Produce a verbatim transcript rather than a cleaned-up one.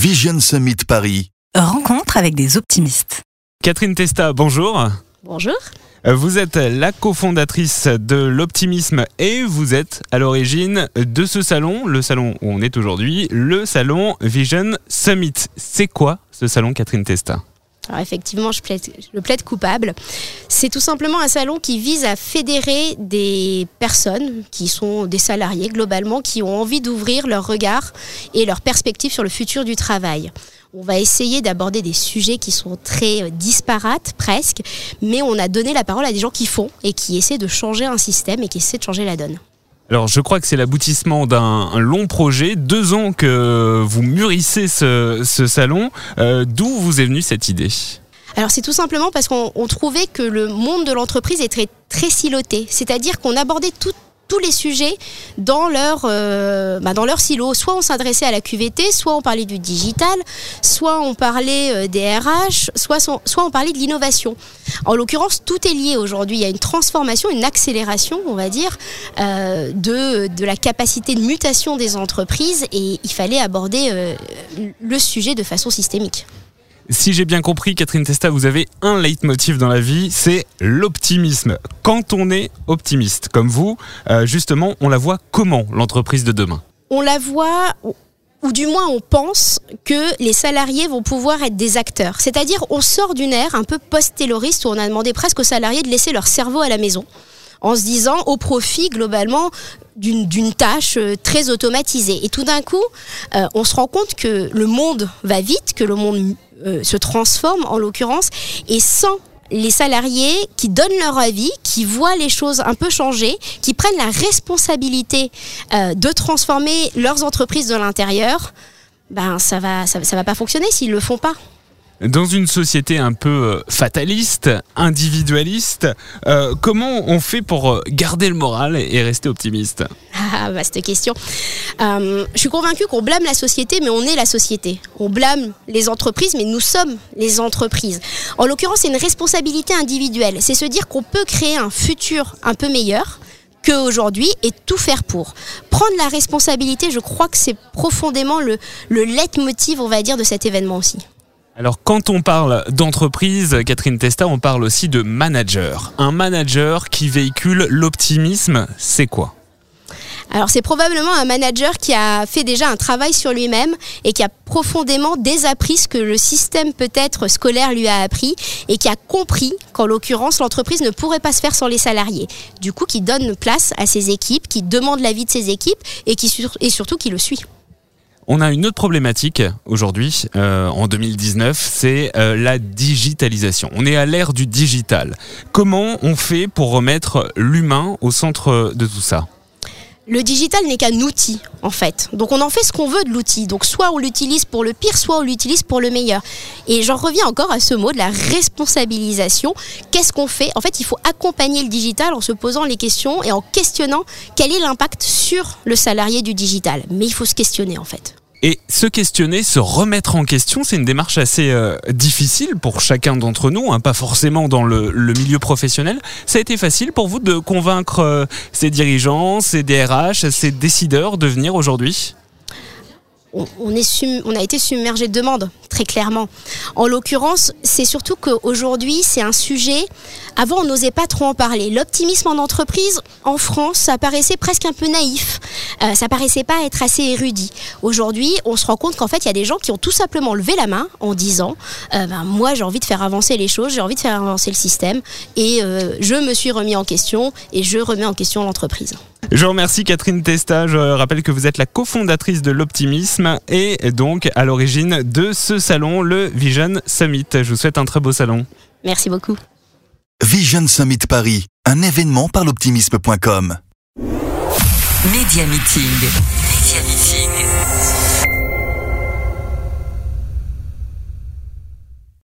Vision Summit Paris. Rencontre avec des optimistes. Catherine Testa, bonjour. Bonjour. Vous êtes la cofondatrice de l'Optimisme et vous êtes à l'origine de ce salon, le salon où on est aujourd'hui, le salon Vision Summit. C'est quoi ce salon, Catherine Testa ? Alors effectivement, je, plaide, je le plaide coupable. C'est tout simplement un salon qui vise à fédérer des personnes qui sont des salariés globalement, qui ont envie d'ouvrir leur regard et leur perspective sur le futur du travail. On va essayer d'aborder des sujets qui sont très disparates, presque, mais on a donné la parole à des gens qui font et qui essaient de changer un système et qui essaient de changer la donne. Alors, je crois que c'est l'aboutissement d'un long projet, deux ans que vous mûrissez ce, ce salon. Euh, d'où vous est venue cette idée ? Alors c'est tout simplement parce qu'on on trouvait que le monde de l'entreprise est très, très siloté, c'est-à-dire qu'on abordait tout tous les sujets dans leur, euh, bah dans leur silo. Soit on s'adressait à la Q V T, soit on parlait du digital, soit on parlait euh, des R H, soit, son, soit on parlait de l'innovation. En l'occurrence, tout est lié aujourd'hui. Il y a une transformation, une accélération, on va dire, euh, de, de la capacité de mutation des entreprises et il fallait aborder euh, le sujet de façon systémique. Si j'ai bien compris, Catherine Testa, vous avez un leitmotiv dans la vie, c'est l'optimisme. Quand on est optimiste, comme vous, euh, justement, on la voit comment, l'entreprise de demain ? On la voit, ou du moins on pense que les salariés vont pouvoir être des acteurs. C'est-à-dire, on sort d'une ère un peu post-tayloriste où on a demandé presque aux salariés de laisser leur cerveau à la maison, en se disant au profit globalement d'une, d'une tâche très automatisée. Et tout d'un coup, euh, on se rend compte que le monde va vite, que le monde euh, se transforme en l'occurrence, et sans les salariés qui donnent leur avis, qui voient les choses un peu changer, qui prennent la responsabilité euh, de transformer leurs entreprises de l'intérieur, ben ça va, ça, ça va pas fonctionner s'ils le font pas. Dans une société un peu fataliste, individualiste, euh, comment on fait pour garder le moral et rester optimiste ? Ah, vaste question. Euh, je suis convaincue qu'on blâme la société, mais on est la société. On blâme les entreprises, mais nous sommes les entreprises. En l'occurrence, c'est une responsabilité individuelle. C'est se dire qu'on peut créer un futur un peu meilleur qu'aujourd'hui et tout faire pour. Prendre la responsabilité, je crois que c'est profondément le, le leitmotiv, on va dire, de cet événement aussi. Alors, quand on parle d'entreprise, Catherine Testa, on parle aussi de manager. Un manager qui véhicule l'optimisme, c'est quoi ? Alors, c'est probablement un manager qui a fait déjà un travail sur lui-même et qui a profondément désappris ce que le système peut-être scolaire lui a appris et qui a compris qu'en l'occurrence, l'entreprise ne pourrait pas se faire sans les salariés. Du coup, qui donne place à ses équipes, qui demande l'avis de ses équipes et, qui, et surtout qui le suit. On a une autre problématique aujourd'hui, euh, en deux mille dix-neuf, c'est euh, la digitalisation. On est à l'ère du digital. Comment on fait pour remettre l'humain au centre de tout ça ? Le digital n'est qu'un outil, en fait. Donc on en fait ce qu'on veut de l'outil. Donc soit on l'utilise pour le pire, soit on l'utilise pour le meilleur. Et j'en reviens encore à ce mot de la responsabilisation. Qu'est-ce qu'on fait ? En fait, il faut accompagner le digital en se posant les questions et en questionnant quel est l'impact sur le salarié du digital. Mais il faut se questionner, en fait. Et se questionner, se remettre en question, c'est une démarche assez euh, difficile pour chacun d'entre nous, hein, pas forcément dans le, le milieu professionnel. Ça a été facile pour vous de convaincre euh, ces dirigeants, ces D R H, ces décideurs de venir aujourd'hui ? On, on, est sum, on a été submergé de demandes, très clairement. En l'occurrence, c'est surtout qu'aujourd'hui, c'est un sujet... Avant, on n'osait pas trop en parler. L'optimisme en entreprise, en France, ça paraissait presque un peu naïf. Euh, ça paraissait pas être assez érudit. Aujourd'hui, on se rend compte qu'en fait, il y a des gens qui ont tout simplement levé la main en disant euh, ben, « Moi, j'ai envie de faire avancer les choses, j'ai envie de faire avancer le système. Et euh, je me suis remis en question et je remets en question l'entreprise. » Je vous remercie Catherine Testa, je rappelle que vous êtes la cofondatrice de l'Optimisme et donc à l'origine de ce salon, le Vision Summit. Je vous souhaite un très beau salon. Merci beaucoup. Vision Summit Paris, un événement par l'optimisme point com. Media Meeting. Media Meeting.